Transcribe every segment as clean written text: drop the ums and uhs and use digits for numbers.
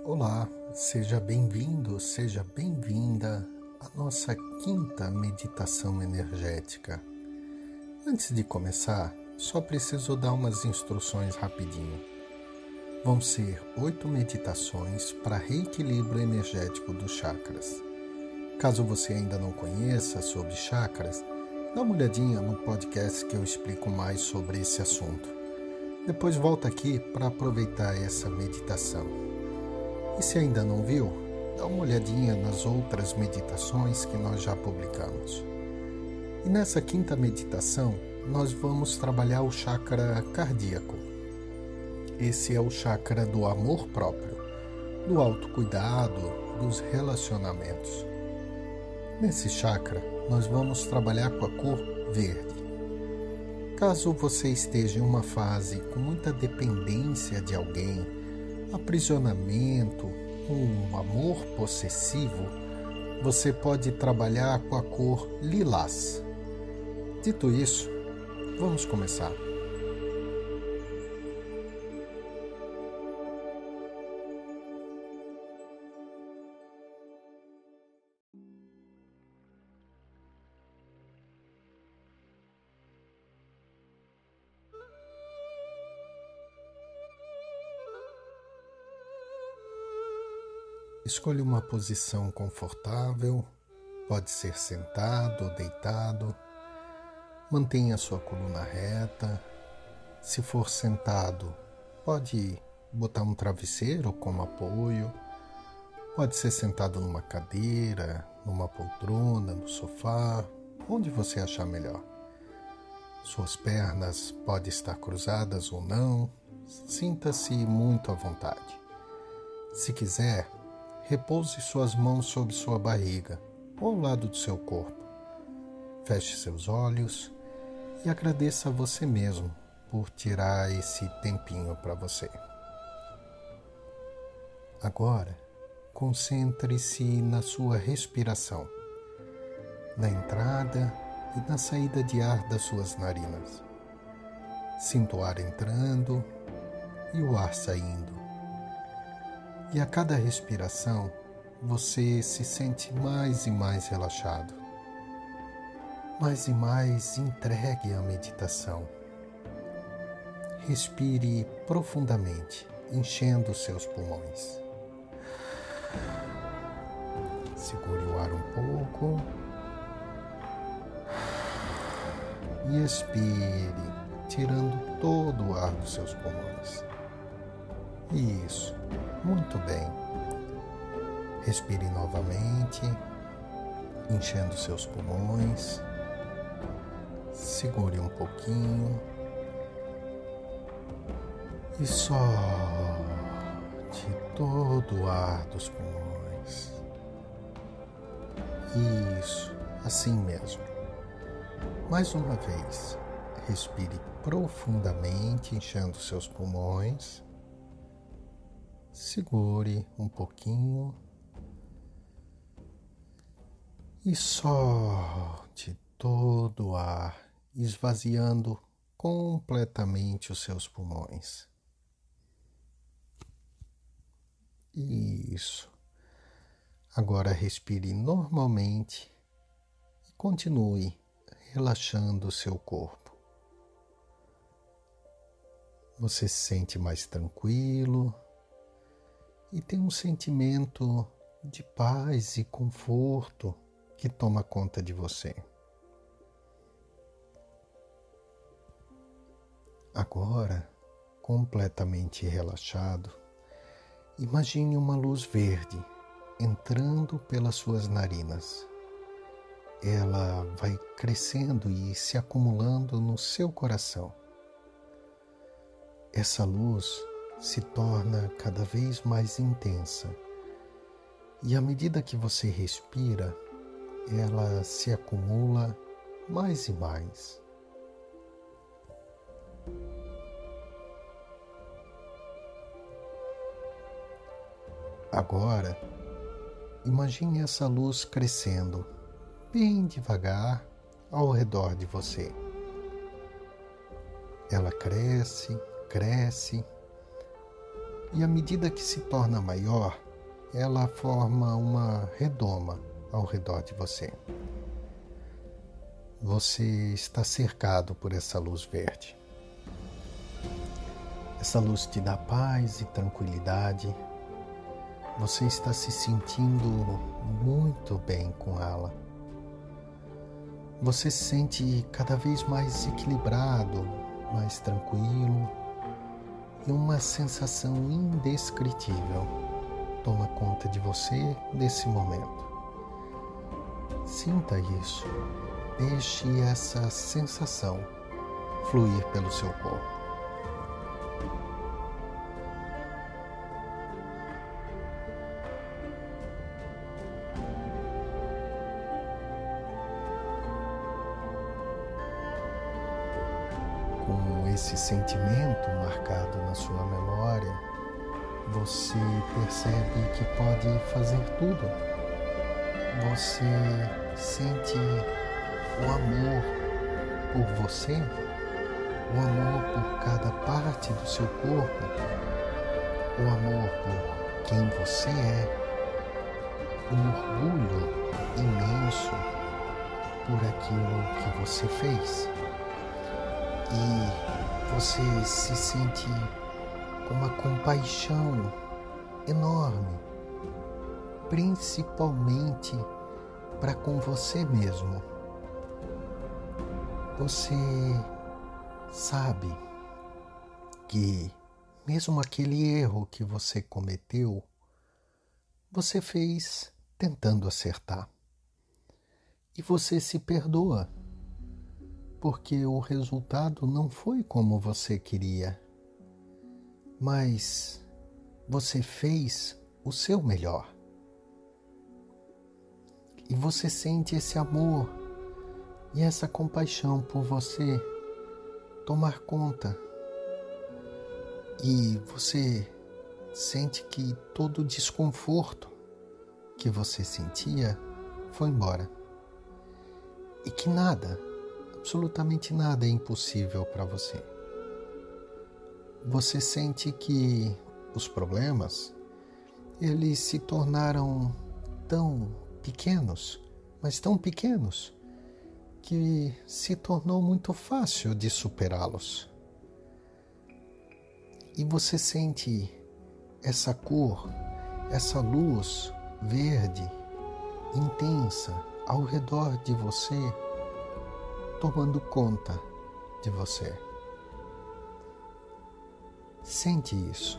Olá, seja bem-vindo, seja bem-vinda à nossa quinta meditação energética. Antes de começar, só preciso dar umas instruções rapidinho. Vão ser 8 meditações para reequilíbrio energético dos chakras. Caso você ainda não conheça sobre chakras, dá uma olhadinha no podcast que eu explico mais sobre esse assunto. Depois volta aqui para aproveitar essa meditação. E se ainda não viu, dá uma olhadinha nas outras meditações que nós já publicamos. E nessa quinta meditação, nós vamos trabalhar o chakra cardíaco. Esse é o chakra do amor próprio, do autocuidado, dos relacionamentos. Nesse chakra, nós vamos trabalhar com a cor verde. Caso você esteja em uma fase com muita dependência de alguém, aprisionamento, um amor possessivo, você pode trabalhar com a cor lilás. Dito isso, vamos começar. Escolha uma posição confortável, pode ser sentado ou deitado. Mantenha sua coluna reta. Se for sentado, pode botar um travesseiro como apoio. Pode ser sentado numa cadeira, numa poltrona, no sofá, onde você achar melhor. Suas pernas podem estar cruzadas ou não. Sinta-se muito à vontade. Se quiser, repouse suas mãos sobre sua barriga ou ao lado do seu corpo. Feche seus olhos e agradeça a você mesmo por tirar esse tempinho para você. Agora, concentre-se na sua respiração, na entrada e na saída de ar das suas narinas. Sinta o ar entrando e o ar saindo. E a cada respiração, você se sente mais e mais relaxado, mais e mais entregue à meditação. Respire profundamente, enchendo seus pulmões. Segure o ar um pouco e expire, tirando todo o ar dos seus pulmões. Isso, muito bem. Respire novamente, enchendo seus pulmões. Segure um pouquinho e solte todo o ar dos pulmões. Isso, assim mesmo. Mais uma vez, respire profundamente, enchendo seus pulmões. Segure um pouquinho e solte todo o ar, esvaziando completamente os seus pulmões. Isso. Agora respire normalmente e continue relaxando o seu corpo. Você se sente mais tranquilo e tem um sentimento de paz e conforto que toma conta de você. Agora, completamente relaxado, imagine uma luz verde entrando pelas suas narinas. Ela vai crescendo e se acumulando no seu coração. Essa luz se torna cada vez mais intensa e à medida que você respira, ela se acumula mais e mais. Agora, imagine essa luz crescendo bem devagar ao redor de você. Ela cresce, cresce E à medida que se torna maior, ela forma uma redoma ao redor de você. Você está cercado por essa luz verde. Essa luz te dá paz e tranquilidade. Você está se sentindo muito bem com ela. Você se sente cada vez mais equilibrado, mais tranquilo, e uma sensação indescritível toma conta de você nesse momento. Sinta isso. Deixe essa sensação fluir pelo seu corpo. Com esse sentimento marcado na sua memória, você percebe que pode fazer tudo. Você sente o amor por você, o amor por cada parte do seu corpo, o amor por quem você é, um orgulho imenso por aquilo que você fez. E você se sente com uma compaixão enorme, principalmente para com você mesmo. Você sabe que mesmo aquele erro que você cometeu, você fez tentando acertar. E você se perdoa, porque o resultado não foi como você queria, mas você fez o seu melhor. E você sente esse amor e essa compaixão por você tomar conta. E você sente que todo o desconforto que você sentia foi embora. E que nada, absolutamente nada é impossível para você. Você sente que os problemas, eles se tornaram tão pequenos, mas tão pequenos, que se tornou muito fácil de superá-los. E você sente essa cor, essa luz verde, intensa, ao redor de você, tomando conta de você. Sente isso.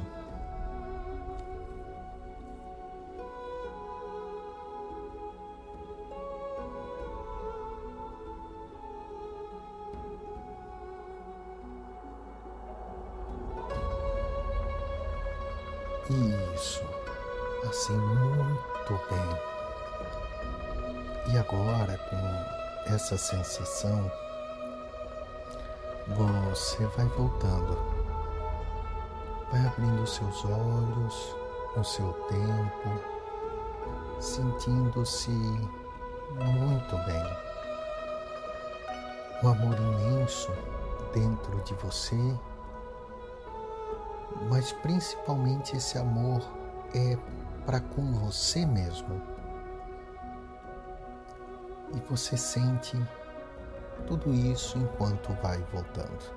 Isso, assim, muito bem. E agora, com essa sensação, você vai voltando, vai abrindo seus olhos no seu tempo, sentindo-se muito bem. Um amor imenso dentro de você, mas principalmente esse amor é para com você mesmo. E você sente tudo isso enquanto vai voltando.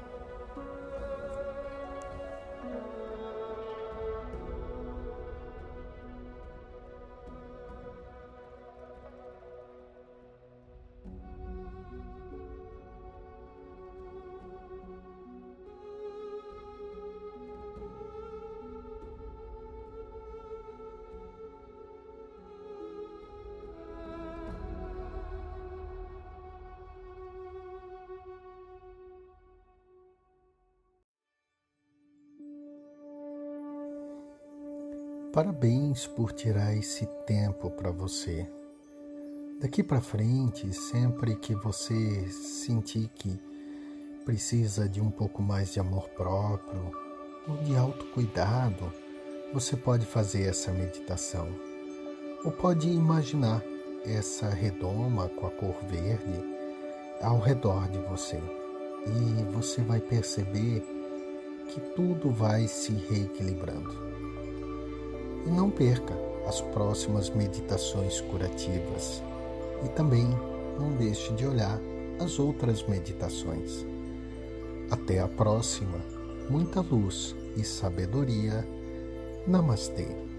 Parabéns por tirar esse tempo para você. Daqui para frente, sempre que você sentir que precisa de um pouco mais de amor próprio ou de autocuidado, você pode fazer essa meditação. Ou pode imaginar essa redoma com a cor verde ao redor de você. E você vai perceber que tudo vai se reequilibrando. E não perca as próximas meditações curativas. E também não deixe de olhar as outras meditações. Até a próxima. Muita luz e sabedoria. Namastê.